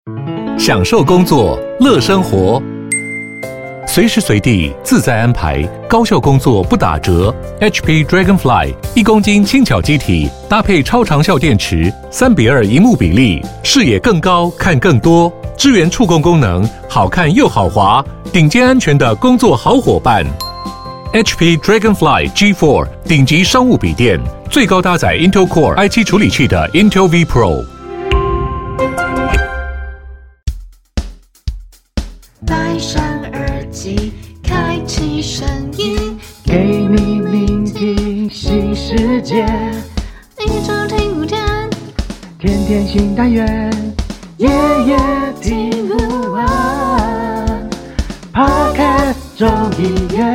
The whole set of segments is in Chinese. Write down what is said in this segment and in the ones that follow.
享受工作，乐生活，随时随地自在安排，高效工作不打折。HP Dragonfly 1公斤轻巧机体，搭配超长效电池，3:2萤幕比例，视野更高，看更多，支援触控功能，好看又好滑，顶尖安全的工作好伙伴。HP Dragonfly G4 顶级商务笔电，最高搭载 Intel Core i7 处理器的 Intel V Pro。 戴上耳机，开启声音， 给你聆听新世界。 一直听不见， 天天新单元，夜夜听不完。Podcast 众议院。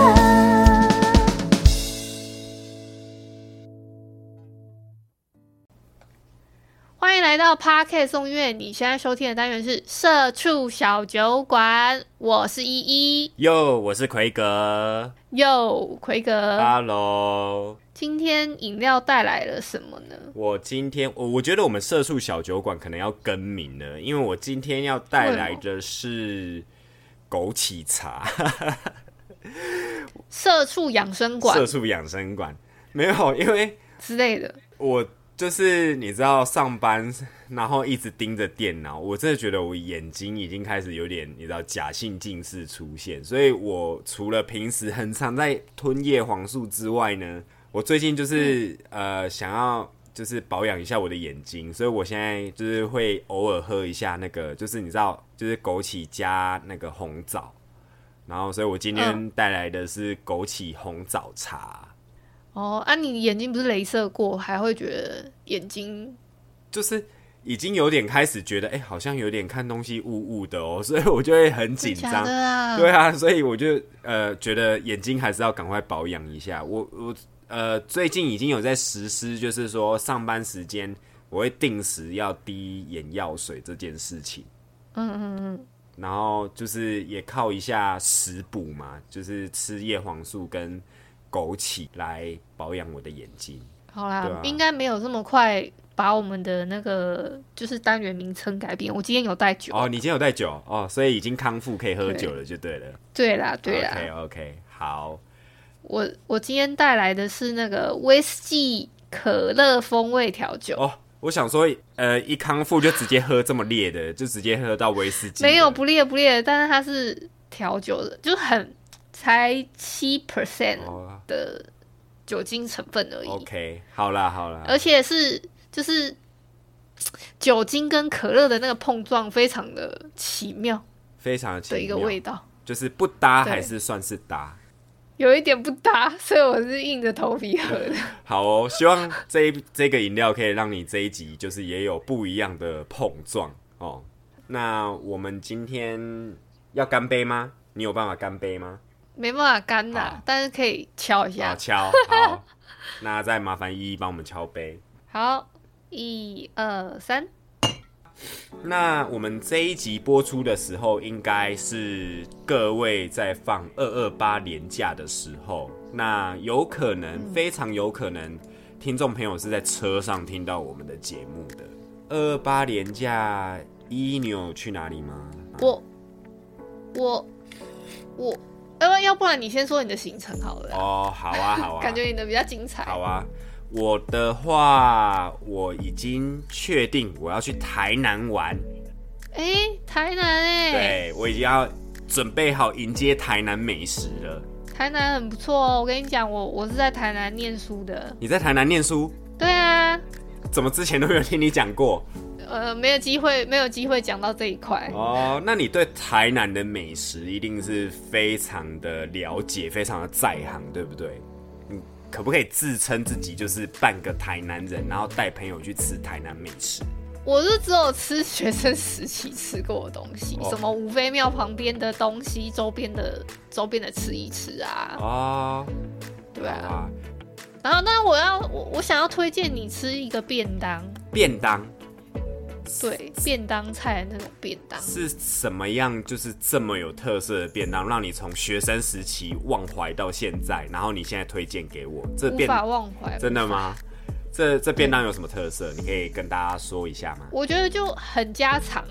欢迎来到 Podcast 送乐，你现在收听的单元是社畜小酒馆，我是依依。 哟，我是奎格。 哟，奎格。 Hello。 今天饮料带来了什么呢？ 我觉得我们社畜小酒馆可能要更名了，因为我今天要带来的是枸杞茶。 社畜养生馆。 社畜养生馆没有，因为之类的。 我就是你知道上班，然后一直盯着电脑，我真的觉得我眼睛已经开始有点你知道假性近视出现，所以我除了平时很常在吞叶黄素之外呢，我最近就是想要就是保养一下我的眼睛，所以我现在就是会偶尔喝一下那个就是你知道就是枸杞加那个红枣，然后所以我今天带来的是枸杞红枣茶。 哦，你眼睛不是雷射过，还会觉得眼睛就是已经有点开始觉得，好像有点看东西雾雾的哦，所以我就会很紧张。对啊，所以我就觉得眼睛还是要赶快保养一下。我最近已经有在实施，就是说上班时间我会定时要滴眼药水这件事情。然后就是也靠一下食补嘛，就是吃叶黄素跟枸杞来保养我的眼睛。 好啦，应该没有这么快把我们的那个就是单元名称改变。我今天有带酒。 你今天有带酒哦，所以已经康复可以喝酒了就对了。 对啦。 OK， 好。 我今天带来的是那个威士忌可乐风味调酒。 我想说一康复就直接喝这么烈的，就直接喝到威士忌。 没有不烈，但是它是调酒的，就才7% 的酒精成分而已。 OK， 好啦。 而且是就是酒精跟可乐的那个碰撞非常的奇妙， 非常的奇妙的一个味道， 就是不搭还是算是搭？ 有一点不搭，所以我是硬着头皮喝的。 好哦，希望这个饮料可以让你这一集就是也有不一样的碰撞哦。那我们今天要干杯吗？你有办法干杯吗？ 没办法干啦，但是可以敲一下。 敲好，那再麻烦依依帮我们敲杯。 好，1、2、3。 那我们这一集播出的时候，应该是各位在放228连假的时候。那有可能，非常有可能，听众朋友是在车上听到我们的节目的。228连假，依依你有去哪里吗？ 我。要不然你先说你的行程好了。 好啊。 感觉你的比较精彩。 好啊，我的话，我已经确定我要去台南玩。 台南对，我已经要准备好迎接台南美食了。 台南很不错哦，我跟你讲，我是在台南念书的。 你在台南念书？ 对啊。 怎么之前都没有听你讲过？ 没有机会讲到这一块。 那你对台南的美食一定是非常的了解，非常的在行，对不对？你可不可以自称自己就是半个台南人，然后带朋友去吃台南美食？ 我是只有吃学生时期吃过的东西，什么五妃庙旁边的东西，周边的吃一吃啊。对啊。然后，但我想要推荐你吃一个便当。对，便当菜的那种便当是什么样？就是这么有特色的便当，让你从学生时期忘怀到现在，然后你现在推荐给我， 无法忘怀。 真的吗？这便当有什么特色？你可以跟大家说一下吗？ 我觉得就很家常，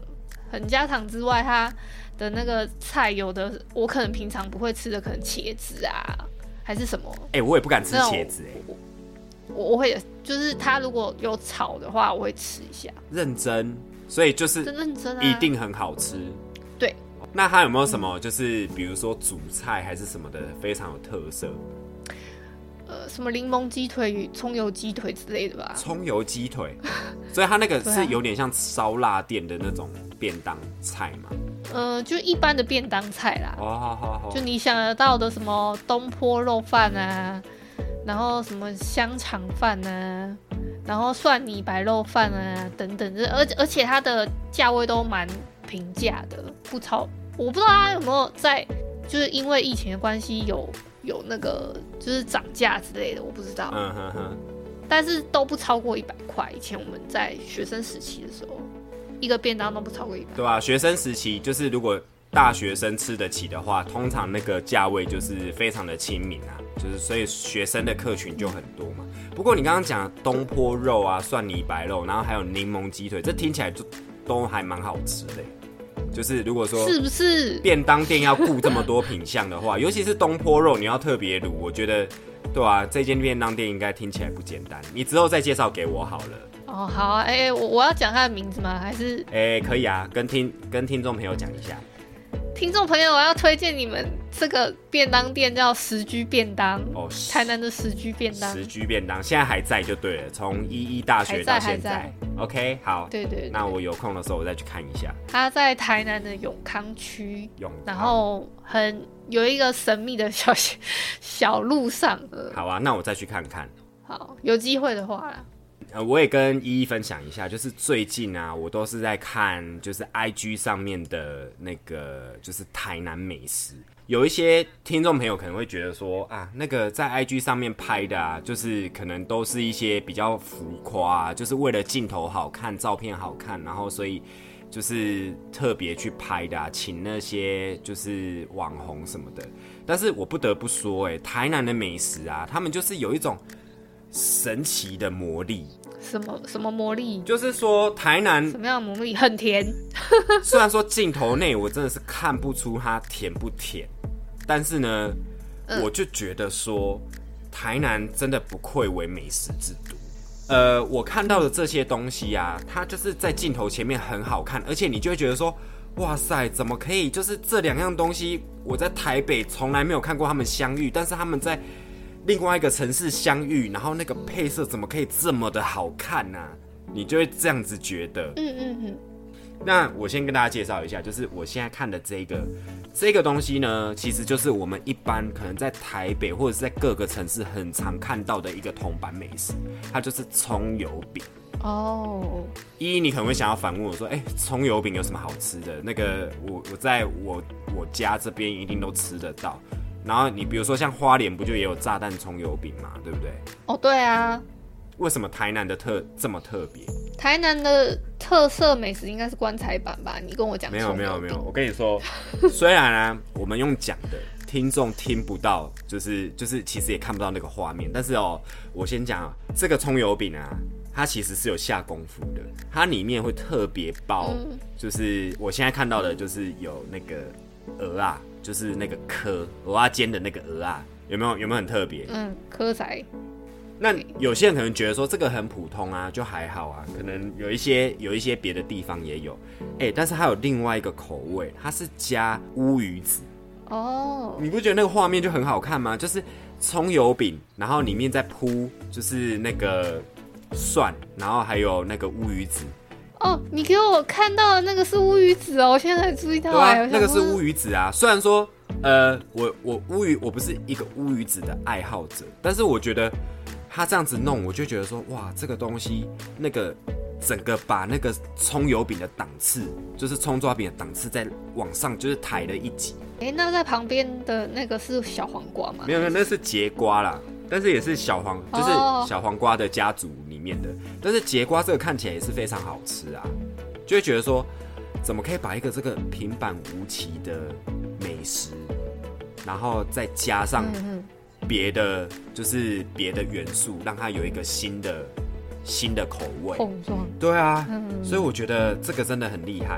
很家常之外，它的那个菜有的我可能平常不会吃的，可能茄子啊，还是什么。 我也不敢吃茄子我会就是它如果有炒的话，我会吃一下。 认真，所以就是认真啊， 一定很好吃。 对。 那它有没有什么就是比如说主菜还是什么的非常有特色？ 什么柠檬鸡腿与葱油鸡腿之类的吧。 葱油鸡腿，所以它那个是有点像烧腊店的那种便当菜嘛？ 就一般的便当菜啦。 好， 就你想得到的什么东坡肉饭啊，然后什么香肠饭啊，然后蒜泥白肉饭啊等等，而且它的价位都蛮平价的，不超。我不知道它有没有在，就是因为疫情的关系有那个就是涨价之类的，我不知道。但是都不超过100块。以前我们在学生时期的时候，一个便当都不超过100。 对啊，学生时期就是如果大学生吃得起的话，通常那个价位就是非常的亲民啊，就是所以学生的客群就很多嘛。不过你刚刚讲东坡肉啊、蒜泥白肉，然后还有柠檬鸡腿，这听起来就都还蛮好吃的。就是如果说是不是便当店要顾这么多品项的话，尤其是东坡肉，你要特别卤，我觉得对啊，这间便当店应该听起来不简单。你之后再介绍给我好了。 哦，好啊，我要讲他的名字吗？还是可以啊，跟听众朋友讲一下。 听众朋友，我要推荐你们这个便当店叫时居便当哦，台南的时居便当。 时居便当现在还在就对了，从11大学到现在。OK， 好， 对， 那我有空的时候我再去看一下。 他在台南的永康区，然后有一个神秘的小路上。 好啊，那我再去看看。 好，有机会的话啦。 我也跟依依分享一下，就是最近啊，我都是在看就是 IG 上面的那个就是台南美食。有一些听众朋友可能会觉得说啊，那个在 IG 上面拍的啊，就是可能都是一些比较浮夸啊，就是为了镜头好看、照片好看，然后所以就是特别去拍的啊，请那些就是网红什么的。但是我不得不说，台南的美食啊，他们就是有一种神奇的魔力。 什么魔力？ 就是说台南什么样的魔力？很甜。 虽然说镜头内我真的是看不出它甜不甜，但是呢，我就觉得说台南真的不愧为美食之都。我看到的这些东西啊，它就是在镜头前面很好看，而且你就会觉得说，哇塞，怎么可以？就是这两样东西，我在台北从来没有看过他们相遇，但是他们在另外一个城市相遇，然后那个配色怎么可以这么的好看啊？你就会这样子觉得。那我先跟大家介绍一下，就是我现在看的这个东西呢，其实就是我们一般可能在台北或者是在各个城市很常看到的一个铜板美食，它就是葱油饼。哦，你可能会想要反问我说，葱油饼有什么好吃的？那个我在我家这边一定都吃得到。然后你比如说像花莲不就也有炸弹葱油饼嘛，对不对？ 哦，对啊。 为什么台南的这么特别？ 台南的特色美食应该是棺材板吧？你跟我讲。没有， 我跟你说，虽然啊我们用讲的，听众听不到，就是其实也看不到那个画面，但是我先讲这个葱油饼啊，它其实是有下功夫的，它里面会特别包，就是我现在看到的就是有那个蚵啊。就是那个蚵仔煎的那个蚵啊，有没有很特别？ 蚵仔。 那有些人可能觉得说这个很普通啊，就还好啊，可能有一些别的地方也有，但是它有另外一个口味，它是加乌鱼子。哦，你不觉得那个画面就很好看吗？就是葱油饼，然后里面再铺就是那个蒜，然后还有那个乌鱼子。 哦，你给我看到的那个是乌鱼子哦，我现在才注意到。 对啊，那个是乌鱼子啊。虽然说，我不是一个乌鱼子的爱好者，但是我觉得他这样子弄，我就觉得说，哇，这个东西那个整个把那个葱油饼的档次，就是葱抓饼的档次，再往上就是抬了一级。 那在旁边的那个是小黄瓜吗？ 没有，那是节瓜啦。但是也是就是小黄瓜的家族里面的，但是节瓜这个看起来也是非常好吃啊，就会觉得说，怎么可以把一个这个平板无奇的美食，然后再加上别的就是别的元素，让它有一个新的口味碰撞。对啊，所以我觉得这个真的很厉害。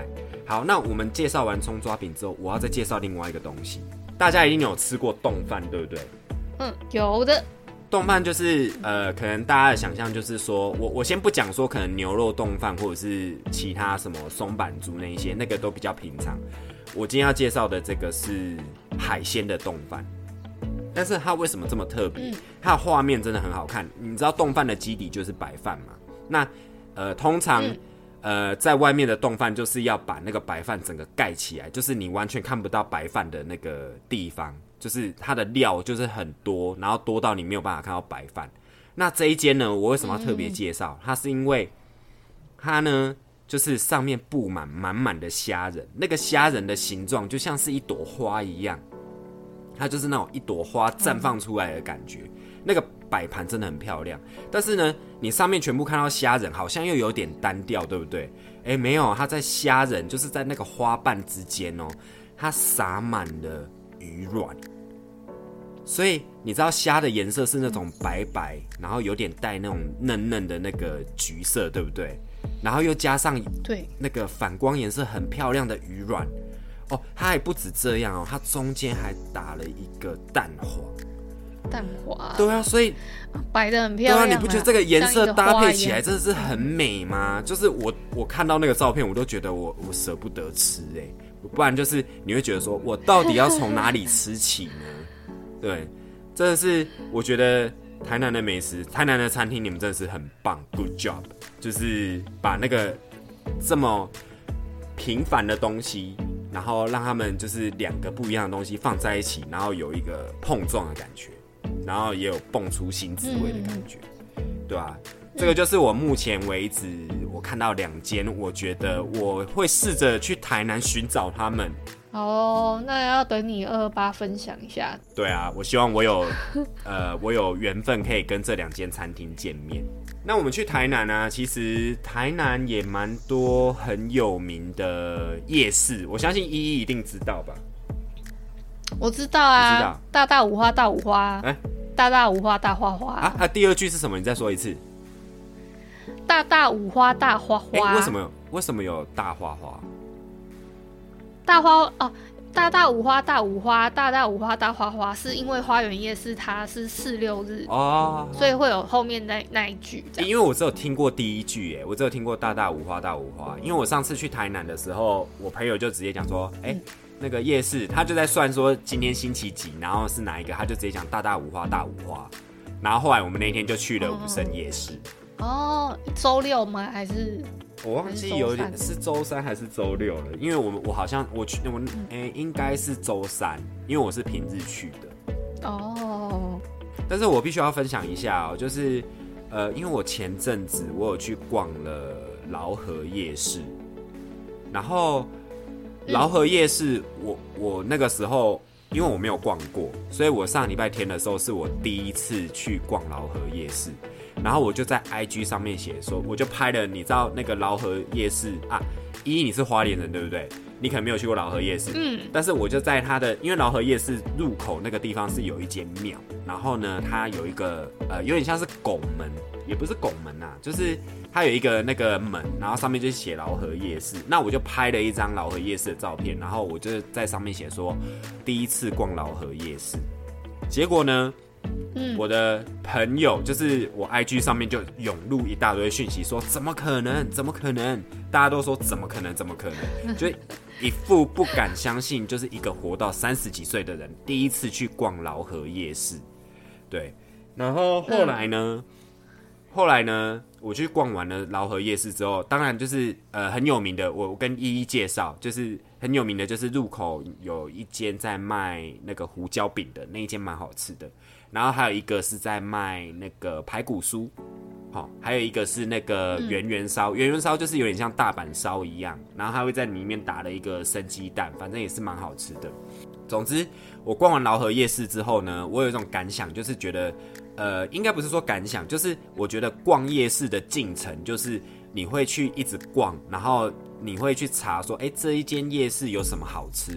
好，那我们介绍完葱抓饼之后，我要再介绍另外一个东西。大家一定有吃过冻饭，对不对？ 有的。 冻饭就是可能大家的想象就是说，我先不讲说可能牛肉冻饭或者是其他什么松板猪那一些，那个都比较平常。我今天要介绍的这个是海鲜的冻饭，但是它为什么这么特别？它的画面真的很好看。你知道冻饭的基底就是白饭嘛？那通常在外面的冻饭就是要把那个白饭整个盖起来，就是你完全看不到白饭的那个地方。就是它的料就是很多，然后多到你没有办法看到白饭。那这一间呢，我为什么要特别介绍？它是因为它呢，就是上面布满满满的虾仁，那个虾仁的形状就像是一朵花一样，它就是那种一朵花绽放出来的感觉。那个摆盘真的很漂亮，但是呢，你上面全部看到虾仁，好像又有点单调，对不对？没有，它在虾仁就是在那个花瓣之间哦，它撒满了鱼卵，所以你知道虾的颜色是那种白白，然后有点带那种嫩嫩的那个橘色，对不对？然后又加上那个反光颜色很漂亮的鱼卵哦，它还不止这样哦，它中间还打了一个蛋黄。 蛋黄， 对啊，所以摆得很漂亮。 对啊，你不觉得这个颜色搭配起来真的是很美吗？就是我看到那个照片，我都觉得我舍不得吃不然就是你会觉得说，我到底要从哪里吃起呢？对，真的是我觉得台南的美食，台南的餐厅，你们真的是很棒 ，good job， 就是把那个这么平凡的东西，然后让他们就是两个不一样的东西放在一起，然后有一个碰撞的感觉，然后也有蹦出新滋味的感觉，对吧？这个就是我目前为止我看到2间，我觉得我会试着去台南寻找他们。 哦，那要等你228分享一下。 对啊，我希望我有我有缘分可以跟这2间餐厅见面。那我们去台南啊，其实台南也蛮多很有名的夜市，我相信依依一定知道吧？ 我知道啊， 知道大大五花大五花，大大五花大花花啊。第二句是什么？你再说一次。 大大五花大花花。 为什么有大花花？ 大花哦，大大五花大五花，大大五花大花花，是因为花园夜市它是4、6日哦，所以会有后面那一句。 因为我只有听过第一句，我只有听过大大五花大五花。因为我上次去台南的时候，我朋友就直接讲说，那个夜市他就在算说今天星期几，然后是哪一个，他就直接讲大大五花大五花。然后后来我们那天就去了武生夜市。 哦，周6吗？还是？ 我忘记有点是周3还是周6了，因为我好像我应该是周3，因为我是平日去的。哦，但是我必须要分享一下就是因为我前阵子我有去逛了劳合夜市，然后劳合夜市我那个时候因为我没有逛过，所以我上礼拜天的时候是我第一次去逛劳合夜市。然后我就在 IG 上面写说，我就拍了，你知道那个劳合夜市啊，你是花莲人对不对？你可能没有去过劳合夜市，但是我就在它的，因为劳合夜市入口那个地方是有一间庙，然后呢，它有一个有点像是拱门，也不是拱门啊，就是它有一个那个门，然后上面就写劳合夜市。那我就拍了一张劳合夜市的照片，然后我就在上面写说第一次逛劳合夜市，结果呢？我的朋友就是我 IG 上面就涌入一大堆讯息说怎么可能，大家都说怎么可能，就一副不敢相信，就是一个活到30几岁的人第一次去逛劳合夜市。对，然后后来呢，我去逛完了劳合夜市之后，当然就是很有名的，我跟依依介绍，就是很有名的，就是入口有一间在卖那个胡椒饼的，那一间蛮好吃的。然后还有一个是在卖那个排骨酥，还有一个是那个圆圆烧，圆圆烧就是有点像大阪烧一样，然后它会在里面打了一个生鸡蛋，反正也是蛮好吃的。总之，我逛完劳合夜市之后呢，我有一种感想，就是觉得，应该不是说感想，就是我觉得逛夜市的进程，就是你会去一直逛，然后你会去查说，这一间夜市有什么好吃，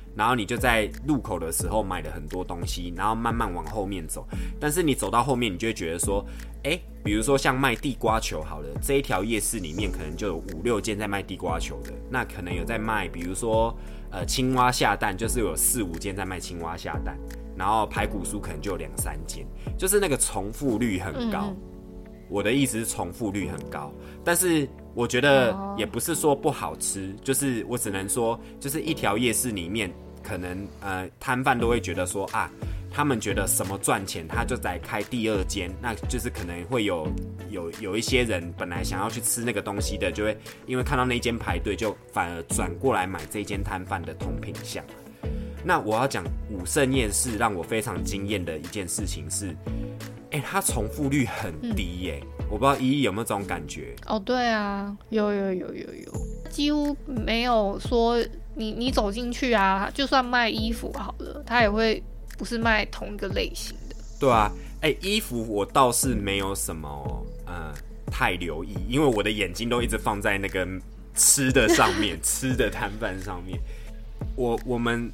然后你就在路口的时候买了很多东西，然后慢慢往后面走。但是你走到后面，你就会觉得说，比如说像卖地瓜球好了，这一条夜市里面可能就有5-6间在卖地瓜球的，那可能有在卖，比如说青蛙下蛋，就是有4-5间在卖青蛙下蛋，然后排骨酥可能就有2-3间，就是那个重复率很高。我的意思是重复率很高，但是我觉得也不是说不好吃，就是我只能说，就是一条夜市里面，可能摊贩都会觉得说啊，他们觉得什么赚钱，他就再开第2间，那就是可能会有一些人本来想要去吃那个东西的，就会因为看到那间排队，就反而转过来买这间摊贩的同品项。那我要讲武圣夜市让我非常惊艳的一件事情是，它重复率很低耶，我不知道依依有没有这种感觉？ 哦，对啊，有，几乎没有说你走进去啊，就算卖衣服好了，他也会不是卖同一个类型的。 对啊，衣服我倒是没有什么太留意，因为我的眼睛都一直放在那个吃的上面，吃的摊贩上面。我们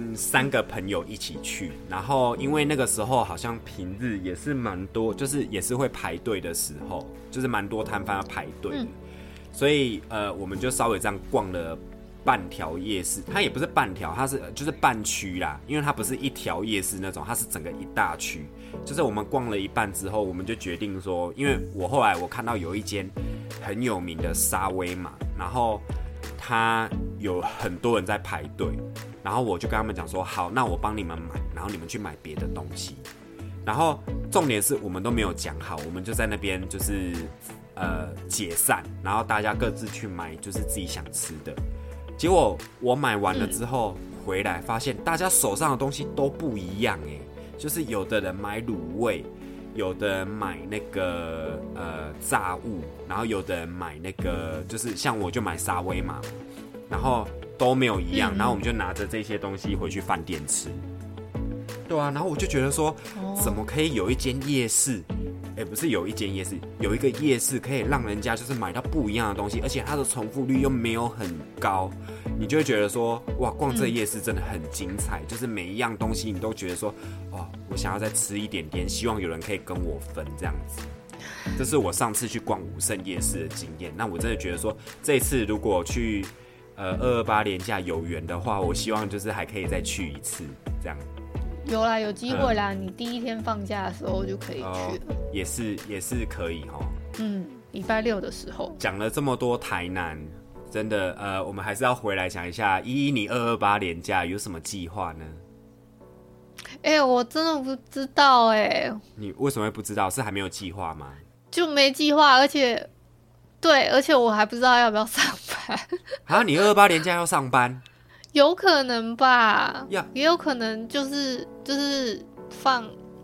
3个朋友一起去，然后因为那个时候好像平日也是蛮多，就是也是会排队的时候，就是蛮多摊贩要排队的，所以我们就稍微这样逛了半条夜市，它也不是半条，它是就是半区啦，因为它不是一条夜市那种，它是整个一大区。就是我们逛了一半之后，我们就决定说，因为后来我看到有一间很有名的沙威玛，然后他有很多人在排队，然后我就跟他们讲说，好，那我帮你们买，然后你们去买别的东西。然后重点是我们都没有讲好，我们就在那边就是解散，然后大家各自去买就是自己想吃的。结果我买完了之后回来，发现大家手上的东西都不一样就是有的人买卤味，有的人买那个炸物，然后有的人买那个就是像我就买沙威玛，然后都没有一样，然后我们就拿着这些东西回去饭店吃。对啊，然后我就觉得说，怎么可以有一间夜市？不是有一间夜市，有一个夜市可以让人家就是买到不一样的东西，而且它的重复率又没有很高，你就会觉得说，哇，逛这夜市真的很精彩，就是每一样东西你都觉得说，我想要再吃一点点，希望有人可以跟我分这样子。这是我上次去逛武圣夜市的经验。那我真的觉得说，这一次如果去228连假有缘的话，我希望就是还可以再去一次这样。 有啦，有机会啦，你第1天放假的时候就可以去了。 也是可以齁。 礼拜6的时候。讲了这么多台南，真的我们还是要回来讲一下，依依你228连假有什么计划呢？ 我真的不知道你为什么会不知道？是还没有计划吗？ 就没计划，而且我还不知道要不要上班。 啊，你228连假要上班？ 有可能吧，也有可能就是放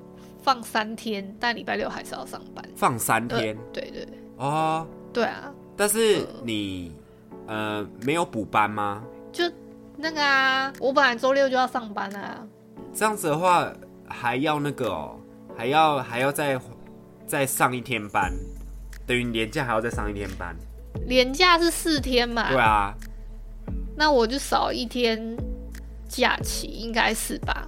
3天，但礼拜6还是要上班。放3天？对。 哦， 对啊。但是你没有补班吗？就那个啊，我本来周6就要上班啊。 这样子的话，还要那个还要再上1天班，等于连假还要再上1天班。 连假是4天嘛？ 对啊。 那我就少1天假期，应该是吧？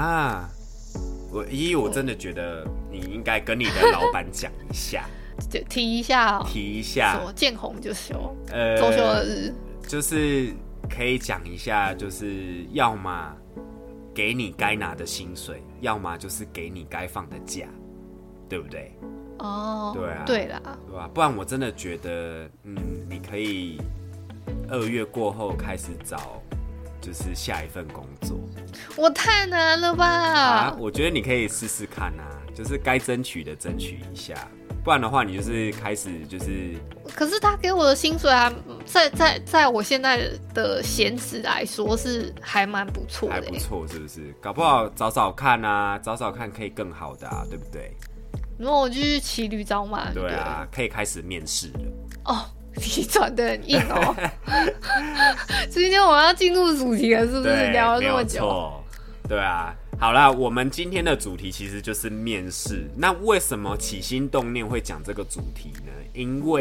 我真的觉得你应该跟你的老板讲一下， 提一下什么见红就休，周休2日， 就是可以讲一下，就是要么给你该拿的薪水，要么就是给你该放的假，对不对？对啊， 对啦， 对吧？不然我真的觉得，你可以2月过后开始找，就是下一份工作。 我太难了吧？ 我觉得你可以试试看啊，就是该争取的争取一下，不然的话，你就是开始就是。 可是他给我的薪水啊，在我现在的闲职来说是还蛮不错的， 还不错，是不是？搞不好找找看啊，找找看可以更好的啊，对不对？ 然后我就去骑驴找马。 对啊，可以开始面试了。 你转得很硬哦。今天我们要进入主题了，是不是？聊了这么久。没有错。 对啊，好啦，我们今天的主题其实就是面试。那为什么起心动念会讲这个主题呢？因为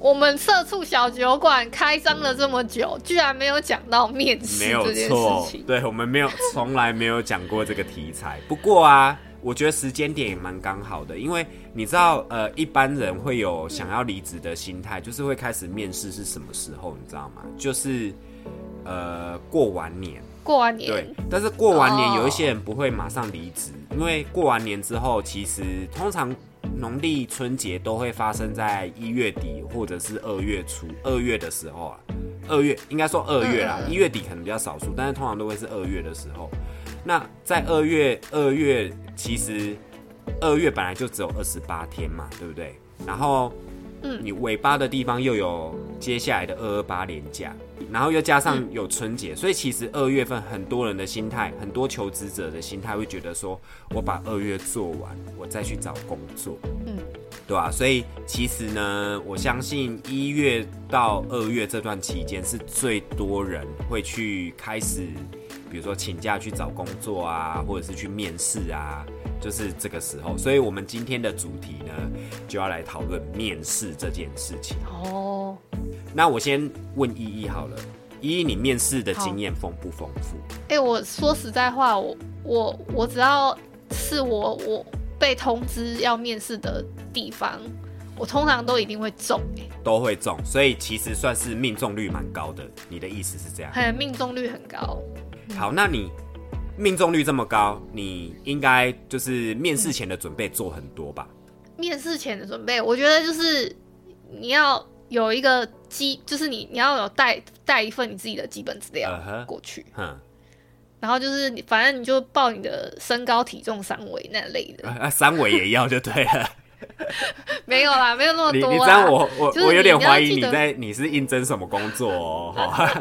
我们社畜小酒馆开张了这么久，居然没有讲到面试这件事情。 对，我们从来没有讲过这个题材。不过啊，我觉得时间点也蛮刚好的，因为你知道，一般人会有想要离职的心态，就是会开始面试是什么时候？你知道吗？就是过完年。对，但是过完年有一些人不会马上离职，因为过完年之后，其实通常农历春节都会发生在1月底或者是2月初，2月的时候啊，2月应该说2月啦，1月底可能比较少数，但是通常都会是2月的时候。那在2月其实2月本来就只有28天嘛，对不对？然后你尾巴的地方又有接下来的228连假，然后又加上有春节，所以其实2月份很多人的心态，很多求职者的心态会觉得说，我把2月做完，我再去找工作，对吧？所以其实呢，我相信1月到2月这段期间是最多人会去开始，比如说请假去找工作啊，或者是去面试啊。就是这个时候，所以我们今天的主题呢，就要来讨论面试这件事情。哦，那我先问依依好了，依依，你面试的经验丰不丰富？ 我说实在话，我只要是我被通知要面试的地方，我通常都一定会中。 都会中，所以其实算是命中率蛮高的。你的意思是这样？ 命中率很高。 好，那你命中率这么高，你应该就是面试前的准备做很多吧？ 面试前的准备，我觉得就是你要有一个就是你要有带一份你自己的基本资料过去，然后就是反正你就报你的身高、体重、三围那类的， 三围也要就对了。 没有啦，没有那么多啦。 你这样我有点怀疑你是应征什么工作哦。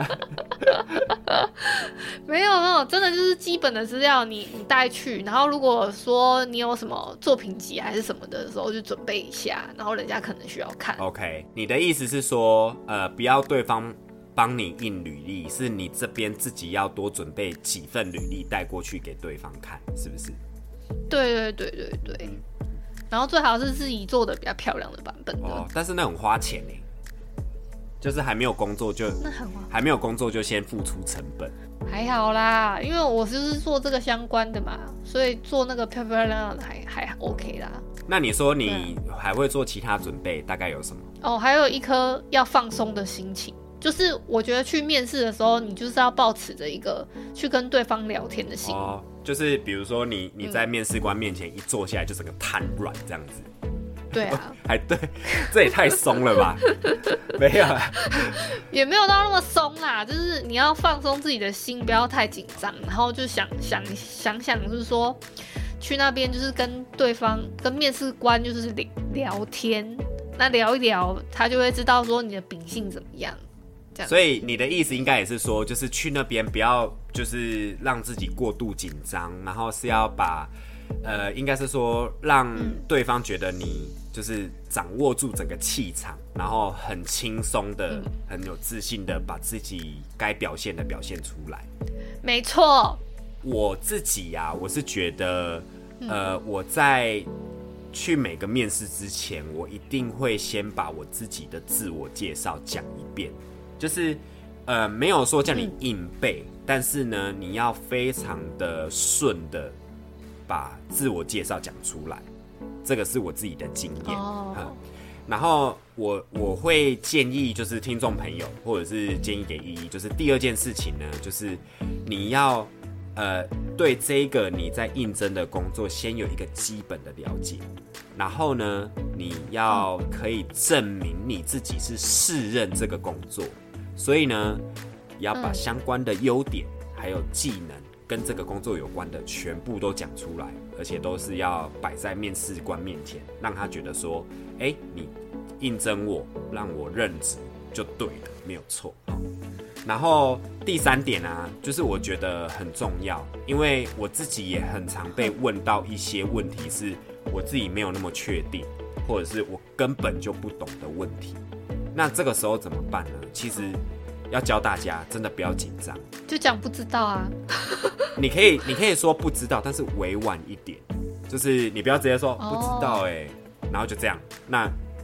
没有，真的就是基本的资料你带去，然后如果说你有什么作品集还是什么的时候，就准备一下，然后人家可能需要看。 OK， 你的意思是说，不要对方帮你印履历，是你这边自己要多准备几份履历带过去给对方看，是不是？对。 然后最好是自己做的比较漂亮的版本的。 但是那很花钱耶，就是还没有工作就先付出成本。 还好啦，因为我就是做这个相关的嘛，所以做那个漂漂亮亮的还 OK 啦。 那你说你还会做其他准备，大概有什么？ 还有一颗要放松的心情。就是我觉得去面试的时候，你就是要抱持着一个去跟对方聊天的心。 就是比如说你在面试官面前一坐下来就整个瘫软这样子。 对啊。 还对，这也太松了吧？没有啊， 也没有到那么松啦，就是你要放松自己的心，不要太紧张，然后就想，就是说去那边就是跟对方跟面试官就是聊天，那聊一聊，他就会知道说你的秉性怎么样。 所以你的意思应该也是说，就是去那边不要就是让自己过度紧张，然后是要把应该是说让对方觉得你就是掌握住整个气场，然后很轻松的、很有自信的把自己该表现的表现出来。 没错。 我自己啊，我是觉得我在去每个面试之前，我一定会先把我自己的自我介绍讲一遍。就是没有说叫你硬背，但是呢，你要非常的顺的把自我介绍讲出来，这个是我自己的经验。然后我会建议就是听众朋友，或者是建议给依依，就是第二件事情呢，就是你要对这个你在应征的工作先有一个基本的了解，然后呢，你要可以证明你自己是适任这个工作。所以呢，也要把相关的优点还有技能跟这个工作有关的全部都讲出来，而且都是要摆在面试官面前，让他觉得说，你应征我，让我任职就对了，没有错。然后第三点啊，就是我觉得很重要，因为我自己也很常被问到一些问题，是我自己没有那么确定，或者是我根本就不懂的问题。那这个时候怎么办呢？其实要教大家，真的不要紧张， 就讲不知道啊。 你可以说不知道，但是委婉一点，就是你不要直接说不知道然后就这样。那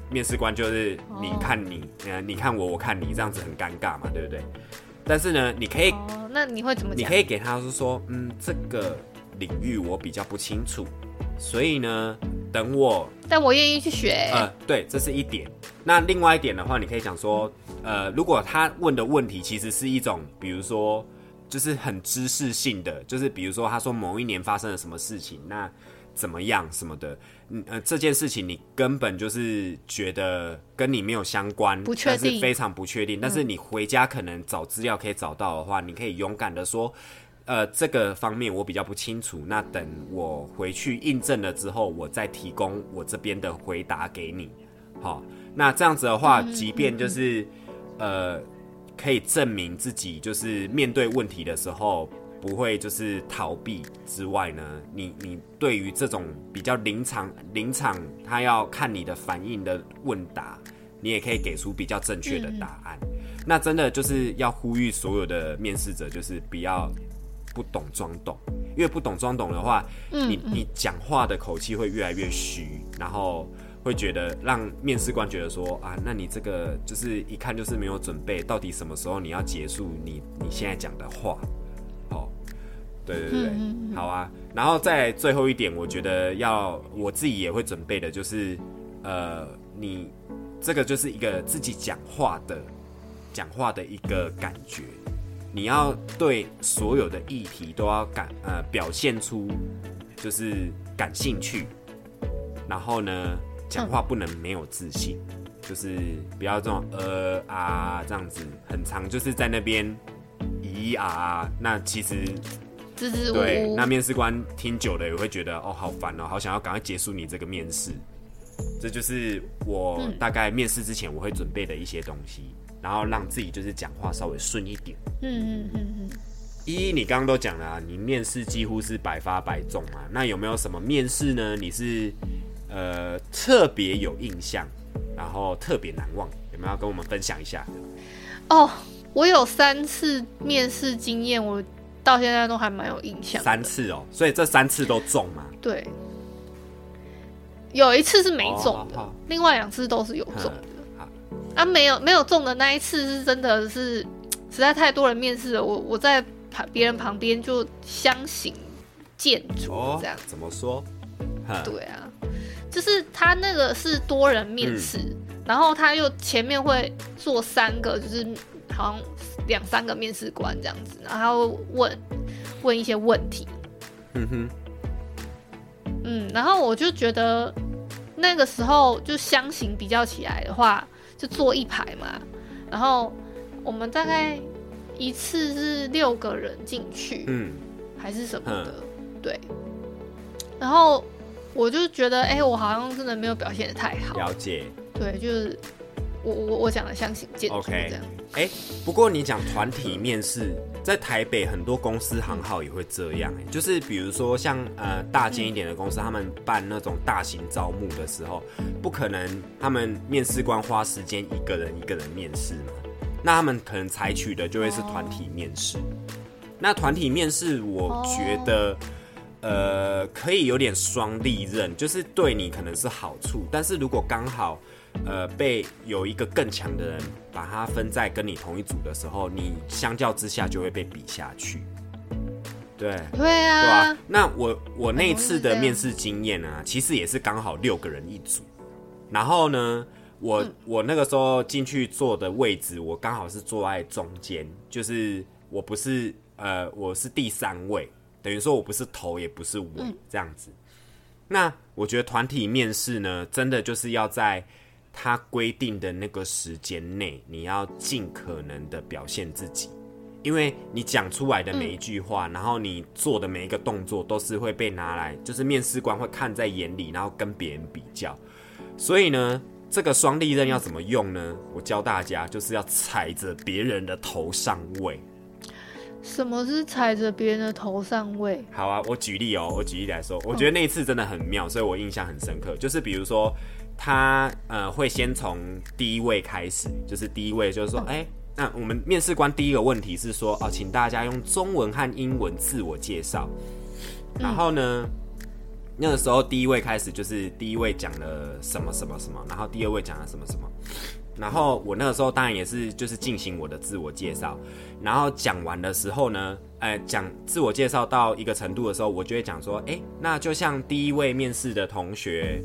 面试官就是你看你，你看我，我看你，这样子很尴尬嘛，对不对？但是呢，你可以， 那你会怎么讲？ 你可以给他说，这个领域我比较不清楚，所以呢，但我愿意去学。 对，这是一点。那另外一点的话，你可以讲说，如果他问的问题其实是一种，比如说，就是很知识性的，就是比如说他说某一年发生了什么事情，那怎么样什么的，这件事情你根本就是觉得跟你没有相关， 不确定， 但是非常不确定。但是你回家可能找资料可以找到的话，你可以勇敢的说，这个方面我比较不清楚，那等我回去印证了之后，我再提供我这边的回答给你。好，那这样子的话，即便就是可以证明自己就是面对问题的时候不会就是逃避之外呢，你对于这种比较临场他要看你的反应的问答，你也可以给出比较正确的答案。那真的就是要呼吁所有的面试者，就是不要不懂装懂，因为不懂装懂的话，你讲话的口气会越来越虚，然后会觉得让面试官觉得说啊，那你这个就是一看就是没有准备，到底什么时候你要结束你现在讲的话？对，好啊。然后再最后一点，我觉得我自己也会准备的，就是你这个就是一个自己讲话的一个感觉，你要对所有的议题都要表现出就是感兴趣，然后呢，讲话不能没有自信，就是不要这种这样子，很常就是在那边那其实。对，那面试官听久了也会觉得好烦好想要赶快结束你这个面试。这就是我大概面试之前我会准备的一些东西，然后让自己就是讲话稍微顺一点。你刚刚都讲了你面试几乎是100发100中嘛，那有没有什么面试呢？你是特别有印象，然后特别难忘，有没有要跟我们分享一下？ 我有3次面试经验，我到现在都还蛮有印象的。 3次所以这3次都中吗？ 对，有1次是没中的，另外2次都是有中的。没有中的那一次是真的是实在太多人面试了，我在别人旁边就相形见绌这样。怎么说？ 对啊，就是他那个是多人面试，然后他又前面会做3个，就是好像2、3个面试官这样子，然后他会问一些问题。然后我就觉得那个时候就相形比较起来的话，就坐一排嘛，然后我们大概一次是6个人进去，还是什么的，对。然后我就觉得，我好像真的没有表现得太好。 了解。 对，就是我讲的相形见绌这样。 不过你讲团体面试，在台北很多公司行号也会这样，就是比如说像大间一点的公司，他们办那种大型招募的时候，不可能他们面试官花时间一个人面试嘛，那他们可能采取的就会是团体面试。那团体面试，我觉得可以有点双利刃，就是对你可能是好处，但是如果刚好被有一个更强的人把它分在跟你同一组的时候，你相较之下就会被比下去。对啊，那我那一次的面试经验啊，其实也是刚好6个人一组，然后呢，我那个时候进去坐的位置，我刚好是坐在中间，就是我不是我是第3位，等于说我不是头也不是尾这样子。那我觉得团体面试呢，真的就是要在他规定的那个时间内，你要尽可能的表现自己，因为你讲出来的每一句话，然后你做的每一个动作，都是会被拿来，就是面试官会看在眼里，然后跟别人比较。所以呢，这个双利刃要怎么用呢？我教大家，就是要踩着别人的头上位。 什么是踩着别人的头上位？ 好啊，我举例来说，我觉得那一次真的很妙，所以我印象很深刻。就是比如说，他会先从第一位开始，就是第一位就是说，那我们面试官第一个问题是说，请大家用中文和英文自我介绍。然后呢， 那个时候第一位开始就是第一位讲了什么什么什么，然后第二位讲了什么什么，然后我那个时候当然也是就是进行我的自我介绍，然后讲完的时候呢，讲自我介绍到一个程度的时候，我就会讲说，那就像第一位面试的同学，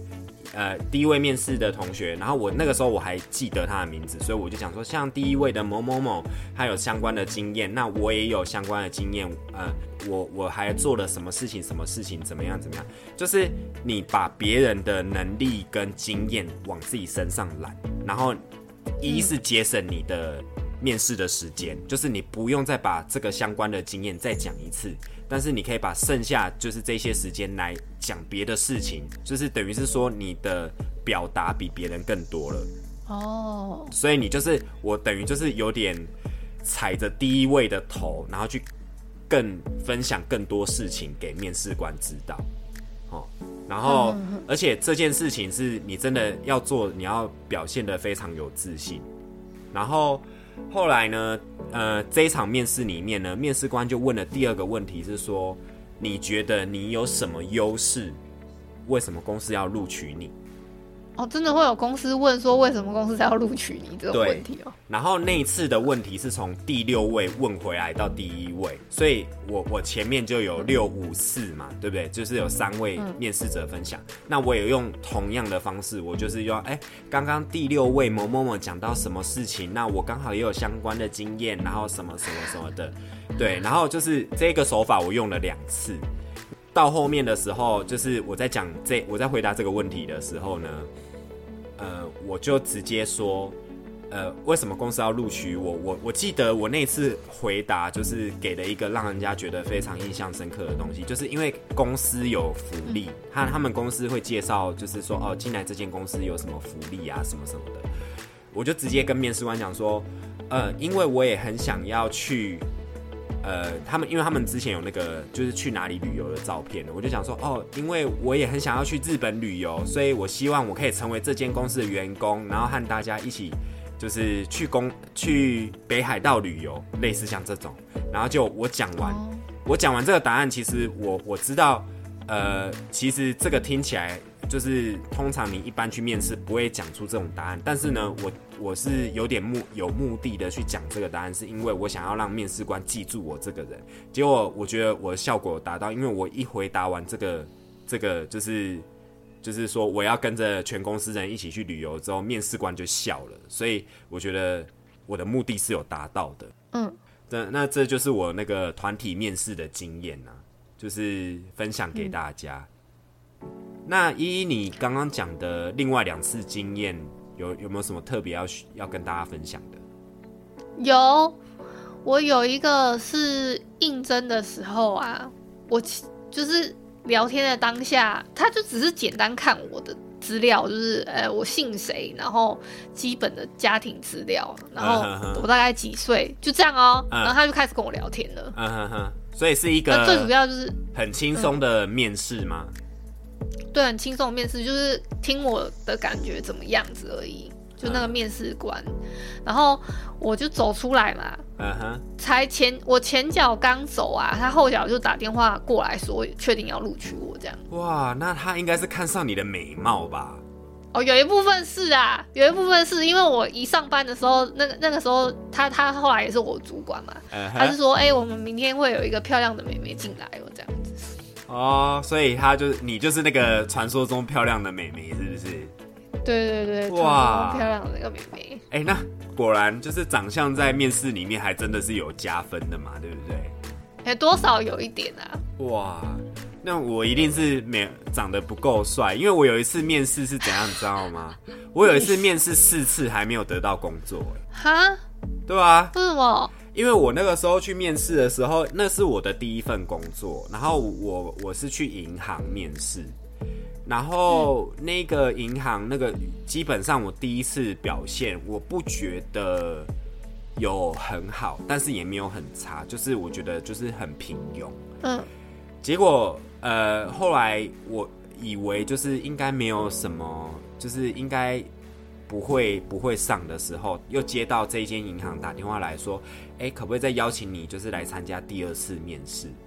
然后我那个时候我还记得他的名字，所以我就讲说，像第一位的某某某，他有相关的经验，那我也有相关的经验，我还做了什么事情，怎么样，就是你把别人的能力跟经验往自己身上揽，然后一是节省你的面试的时间，就是你不用再把这个相关的经验再讲一次，但是你可以把剩下就是这些时间来讲别的事情，就是等于是说你的表达比别人更多了哦，所以你就是我等于就是有点踩着第一位的头，然后去更分享更多事情给面试官知道哦，然后而且这件事情是你真的要做，你要表现得非常有自信，然后后来呢，这一场面试里面呢，面试官就问了第二个问题是说，你觉得你有什么优势？为什么公司要录取你？ 哦，真的会有公司问说为什么公司才要录取你这种问题哦。 然后那一次的问题是从第6位问回来到第1位，所以我前面就有6、5、4嘛，对不对？就是有3位面试者分享。那我也用同样的方式，我就是用刚刚第6位某某某讲到什么事情，那我刚好也有相关的经验，然后什么什么什么的，对，然后就是这个手法我用了2次。到后面的时候，就是我在回答这个问题的时候呢，我就直接说，为什么公司要录取我？我记得我那次回答就是给了一个让人家觉得非常印象深刻的东西，就是因为公司有福利，他们公司会介绍，就是说进来这间公司有什么福利啊，什么什么的，我就直接跟面试官讲说，因为我也很想要去。因为他们之前有那个就是去哪里旅游的照片，我就想说因为我也很想要去日本旅游，所以我希望我可以成为这间公司的员工，然后和大家一起就是去北海道旅游，类似像这种。然后就我讲完这个答案，其实我知道，其实这个听起来就是通常你一般去面试不会讲出这种答案，但是呢，我是有点有目的的去讲这个答案，是因为我想要让面试官记住我这个人。结果我觉得我的效果有达到，因为我一回答完这个就是说我要跟着全公司人一起去旅游之后，面试官就笑了，所以我觉得我的目的是有达到的。那这就是我那个团体面试的经验啊，就是分享给大家。那依依你刚刚讲的另外2次经验，有没有什么特别要跟大家分享的？ 有，我有一个是应征的时候啊，我就是聊天的当下，他就只是简单看我的资料，就是我姓谁，然后基本的家庭资料，然后我大概几岁，就这样哦。然后他就开始跟我聊天了。 所以是一个最主要就是很轻松的面试吗？ 对，很轻松的面试，就是听我的感觉怎么样子而已。就那个面试官，然后我就走出来嘛，我前脚刚走啊，他后脚就打电话过来说确定要录取我这样。 哇，那他应该是看上你的美貌吧？ 有一部分是啊，有一部分是因为我一上班的时候，那个时候他后来也是我主管嘛，他是说我们明天会有一个漂亮的妹妹进来哦这样子。 所以你就是那个传说中漂亮的妹妹是不是？ 对，哇，漂亮的那个妹妹。 那果然就是长相在面试里面还真的是有加分的嘛，对不对？ 多少有一点啊。 哇，那我一定是长得不够帅，因为我有一次面试是怎样，你知道吗？我有一次面试4次还没有得到工作。 哈？ 对啊。 为什么？ 因为我那个时候去面试的时候，那是我的第一份工作，然后我是去银行面试。然后那个银行那个基本上我第一次表现，我不觉得有很好，但是也没有很差，就是我觉得就是很平庸。结果后来我以为就是应该没有什么，就是应该不会上的时候，又接到这间银行打电话来说，可不可以再邀请你就是来参加第2次面试？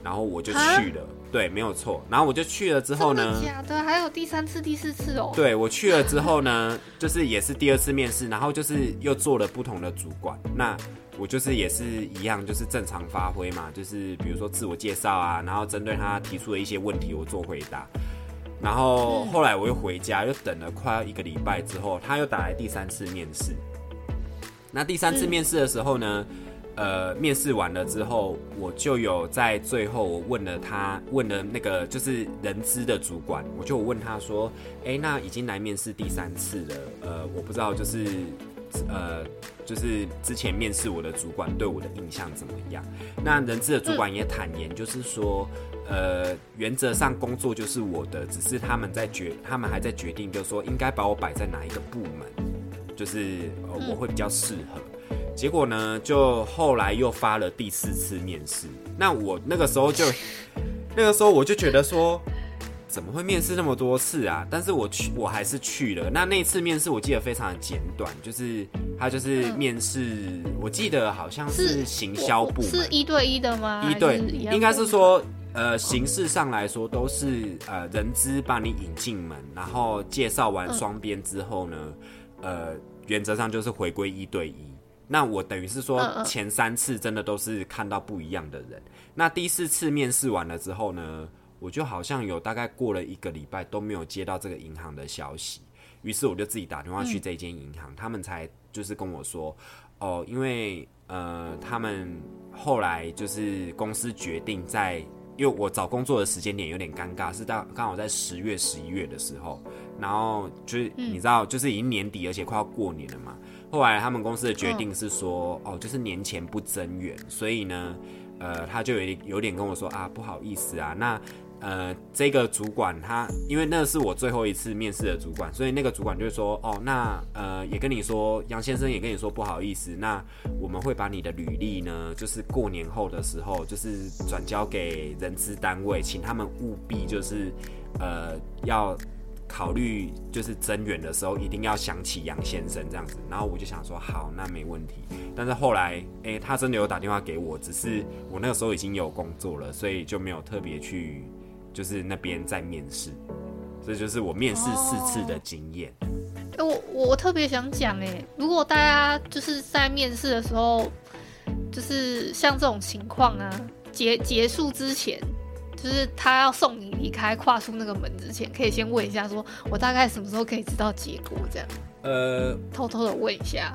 然后我就去了。对，没有错。然后我就去了之后呢？ 真的假的？还有第3次、第4次哦？ 对，我去了之后呢，就是也是第2次面试，然后就是又做了不同的主管。那我就是也是一样，就是正常发挥嘛，就是比如说自我介绍啊，然后针对他提出的一些问题，我做回答。然后后来我又回家，又等了快要1个礼拜之后，他又打来第3次面试。那第3次面试的时候呢？面试完了之后，我就有在最后我问了那个就是人资的主管，我就问他说，那已经来面试第3次了，我不知道就是之前面试我的主管对我的印象怎么样？那人资的主管也坦言，就是说，原则上工作就是我的，只是他们还在决定，就是说应该把我摆在哪一个部门，就是我会比较适合。结果呢，就后来又发了第4次面试。那我那个时候我就觉得说，怎么会面试那么多次啊？但是我还是去了。那一次面试我记得非常的简短，就是他就是面试，我记得好像是行销部门， 是1对1的吗？1对， 应该是说。形式上来说都是人资把你引进门，然后介绍完双边之后呢，原则上就是回归1对1。那我等于是说前3次真的都是看到不一样的人。那第4次面试完了之后呢，我就好像有大概过了1个礼拜都没有接到这个银行的消息，于是我就自己打电话去这间银行，他们才就是跟我说，因为他们后来就是公司决定因为我找工作的时间点有点尴尬，是刚好在10月、11月的时候，然后就是你知道，就是已经年底，而且快要过年了嘛。后来他们公司的决定是说，就是年前不增员，所以呢，他就有点跟我说啊，不好意思啊，那这个主管因为那是我最后一次面试的主管，所以那个主管就说，那也跟你说，杨先生也跟你说不好意思，那我们会把你的履历呢，就是过年后的时候，就是转交给人资单位，请他们务必就是要考虑就是增员的时候一定要想起杨先生这样子。然后我就想说好，那没问题。但是后来他真的有打电话给我，只是我那个时候已经有工作了，所以就没有特别去就是那边再面试。这就是我面试4次的经验。 我特别想讲如果大家就是在面试的时候，就是像这种情况啊，结束之前，就是他要送你离开，跨出那个门之前，可以先问一下说，我大概什么时候可以知道结果？这样，偷偷的问一下。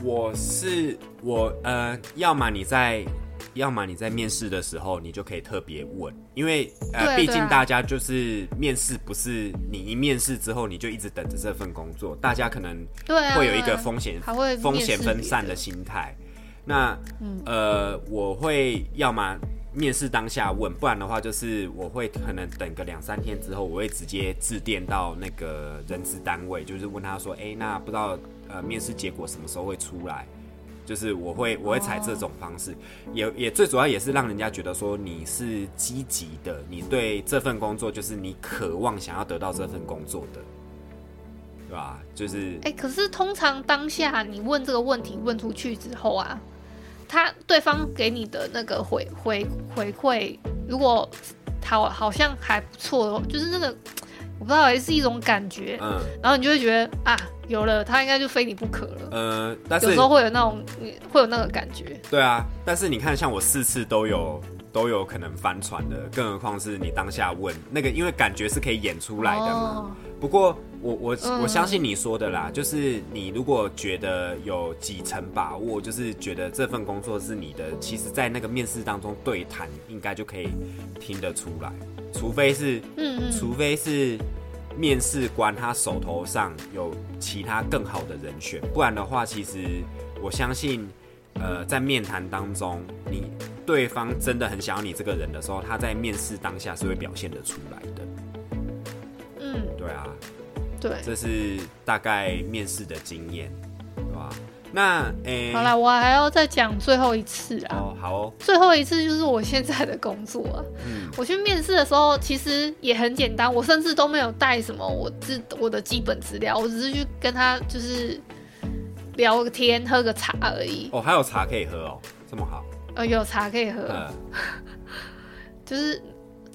要么你在面试的时候，你就可以特别问，因为毕竟大家就是面试，不是你一面试之后你就一直等着这份工作，大家可能会有一个风险分散的心态。那我会要么面试当下问，不然的话就是我会可能等个2-3天之后，我会直接致电到那个人资单位，就是问他说，那不知道面试结果什么时候会出来？就是我会采这种方式，也最主要也是让人家觉得说你是积极的，你对这份工作就是你渴望想要得到这份工作的，对吧？就是可是通常当下你问这个问题问出去之后啊，对方给你的那个回馈，如果好像还不错，就是那个我不知道，也是一种感觉，然后你就会觉得啊，有了他应该就非你不可了。但是有时候会有那个感觉。对啊， 但是你看，像我4次都有可能翻船的，更何况是你当下问那个，因为感觉是可以演出来的嘛。不过我相信你说的啦，就是你如果觉得有几成把握，就是觉得这份工作是你的，其实在那个面试当中对谈，应该就可以听得出来，除非是面试官他手头上有其他更好的人选，不然的话，其实我相信，在面谈当中，对方真的很想要你这个人的时候，他在面试当下是会表现得出来的。对啊， 对， 这是大概面试的经验，对吧？那好啦，我还要再讲最后一次啊。 好哦。 最后一次就是我现在的工作啊。我去面试的时候其实也很简单，我甚至都没有带什么我的基本资料，我只是去跟他就是聊个天，喝个茶而已。 还有茶可以喝哦，这么好。 有茶可以喝。就是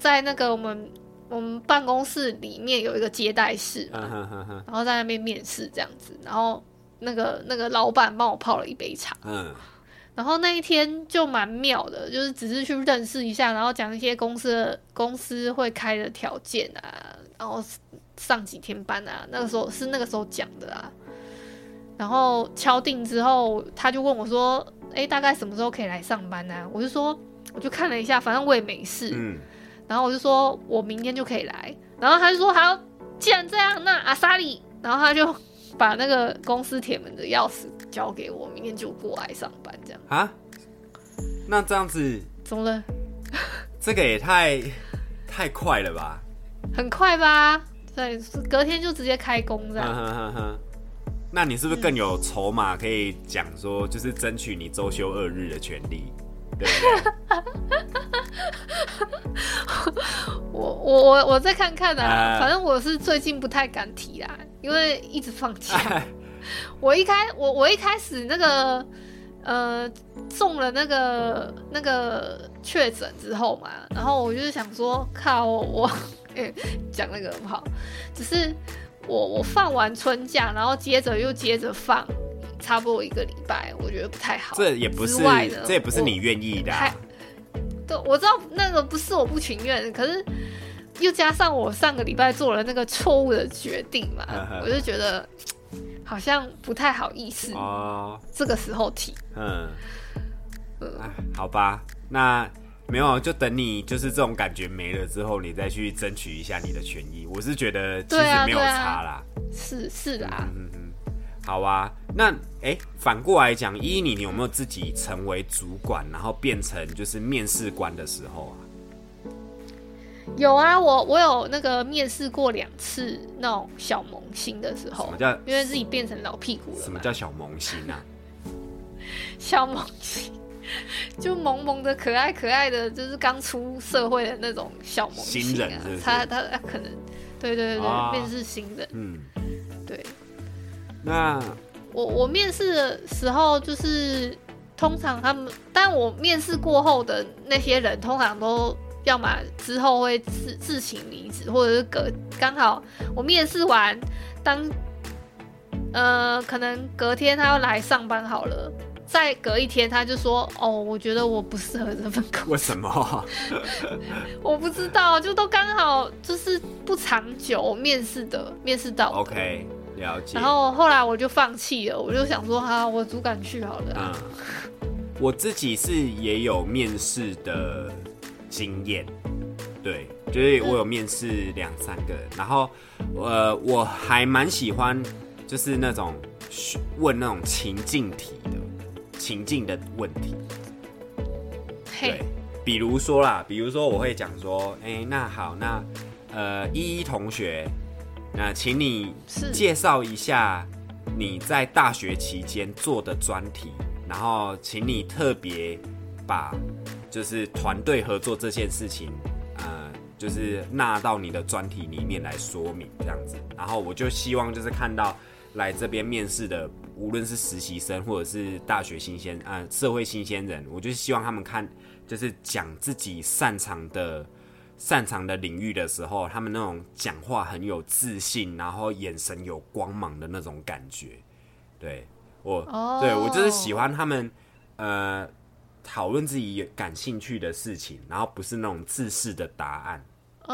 在那个我们办公室里面有一个接待室嘛，然后在那边面试这样子，然后那个老板帮我泡了一杯茶，然后那一天就蛮妙的，就是只是去认识一下，然后讲一些公司会开的条件啊，然后上几天班啊，那个时候讲的啊。然后敲定之后，他就问我说：“大概什么时候可以来上班啊？”我就看了一下，反正我也没事，然后我就说我明天就可以来。然后他就说：“好，既然这样，那阿萨里。”然后他就把那个公司铁门的钥匙交给我，明天就过来上班这样啊？那这样子怎么了？ 这个也太快了吧？ 很快吧？对，隔天就直接开工这样。 那你是不是更有筹码可以讲说，就是争取你周休2日的权利，对不对？我再看看啊，反正我是最近不太敢提啦，因为一直放假。我一开始那个中了那个确诊之后嘛，然后我就是想说，靠我讲那个不好，只是。我放完春假，然后接着放，差不多1个礼拜，我觉得不太好。 这也不是你愿意的对，我知道那个不是我不情愿，可是又加上我上个礼拜做了那个错误的决定嘛，我就觉得好像不太好意思这个时候提。 好吧，那。没有，就等你就是这种感觉没了之后，你再去争取一下你的权益。我是觉得其实没有差啦， 是啦。 好啊。那反过来讲，你有没有自己成为主管，然后变成就是面试官的时候啊？ 有啊，我有那个面试过2次那种小萌新的时候，因为自己变成老屁股了。 什么叫小萌新啊？小萌新。就萌萌的、可爱可爱的，就是刚出社会的那种小萌新人是不是？他可能，对，面试新人，对。那我面试的时候，就是通常但我面试过后的那些人，通常都要么之后会自行离职，或者是刚好我面试完，可能隔天他要来上班好了。再隔一天，他就说：“我觉得我不适合这份工作。” 为什么？ 我不知道，就都刚好就是不长久面试到。 OK， 了解。 然后后来我就放弃了，我就想说：“好，我主管去好了。” 我自己是也有面试的经验，对，就是我有面试2-3个，然后我还蛮喜欢就是那种问那种情境题的。情境的问题，对，比如说我会讲说，那好，那依同学，那请你介绍一下你在大学期间做的专题，然后请你特别把就是团队合作这件事情，就是纳到你的专题里面来说明这样子，然后我就希望就是看到来这边面试的。无论是实习生或者是大学社会新鲜人，我就希望他们就是讲自己擅长的领域的时候，他们那种讲话很有自信，然后眼神有光芒的那种感觉。对我就是喜欢他们讨论自己感兴趣的事情，然后不是那种自式的答案。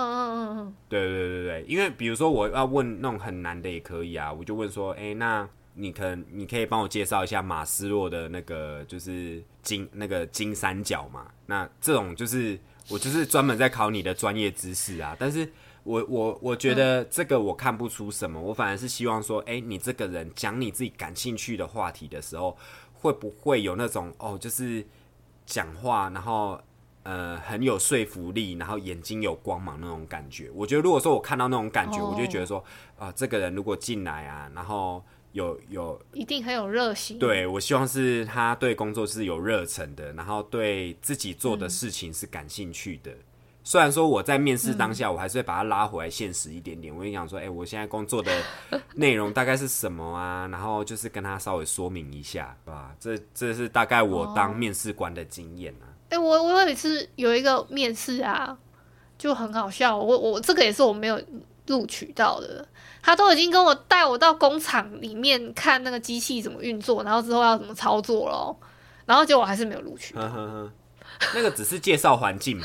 对，因为比如说我要问那种很难的也可以啊，我就问说，那。你可以帮我介绍一下马斯洛的那个就是金三角嘛？那这种就是我就是专门在考你的专业知识啊。但是我觉得这个我看不出什么，我反而是希望说，你这个人讲你自己感兴趣的话题的时候，会不会有那种就是讲话然后很有说服力，然后眼睛有光芒那种感觉？我觉得如果说我看到那种感觉，我就会觉得说这个人如果进来啊，然后。有一定很有热心。 对，我希望是他对工作是有热忱的，然后对自己做的事情是感兴趣的。虽然说我在面试当下，我还是会把他拉回来现实一点点。我跟你讲说，我现在工作的内容大概是什么啊？然后就是跟他稍微说明一下，对吧？这是大概我当面试官的经验啊。 我有一次有一个面试啊， 就很好笑。我这个也是我没有录取到的，他都已经跟我带我到工厂里面看那个机器怎么运作，然后之后要怎么操作咯，然后结果我还是没有录取。 那个只是介绍环境吧。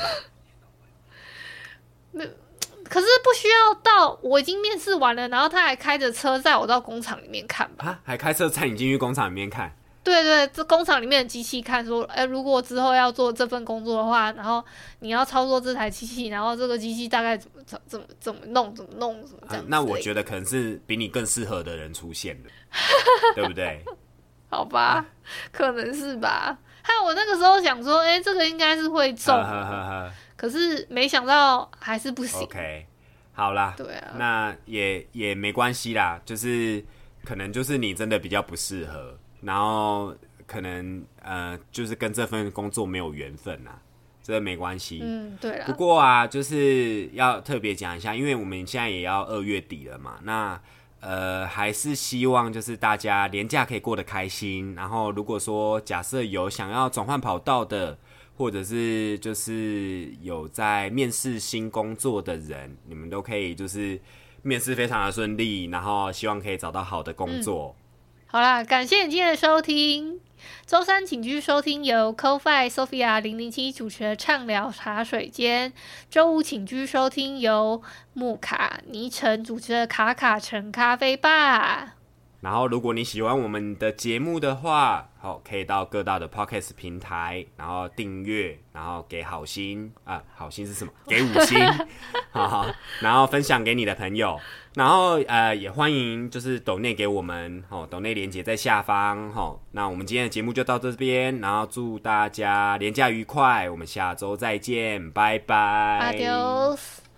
可是不需要到我已经面试完了，然后他还开着车载我到工厂里面看吧？ 还开车载你进去工厂里面看？ 对对，这工厂里面的机器看说，如果之后要做这份工作的话，然后你要操作这台机器，然后这个机器大概怎么弄怎么这样。 那我觉得可能是比你更适合的人出现了，对不对？ 好吧，可能是吧。还有我那个时候想说，这个应该是会中，可是没想到还是不行。 OK， 好啦， 对啊， 那也没关系啦，就是可能就是你真的比较不适合。然后可能就是跟这份工作没有缘分啊，这没关系。 对啦。 不过啊，就是要特别讲一下，因为我们现在也要2月底了嘛，那还是希望就是大家连假可以过得开心。然后如果说假设有想要转换跑道的，或者是就是有在面试新工作的人，你们都可以就是面试非常的顺利，然后希望可以找到好的工作。 好啦，感谢你今天的收听。周三请继续收听由 Ko-Fi Sophia 007主持的畅聊茶水间。周五请继续收听由木卡尼城主持的卡卡城咖啡吧。 然后如果你喜欢我们的节目的话，可以到各大的 Podcast 平台，然后订阅，然后给好心啊，好心是什么？给5星，好，然后分享给你的朋友，然后也欢迎就是抖内给我们，抖内连结在下方，那我们今天的节目就到这边，然后祝大家连假愉快，我们下周再见，拜拜 ，Adios。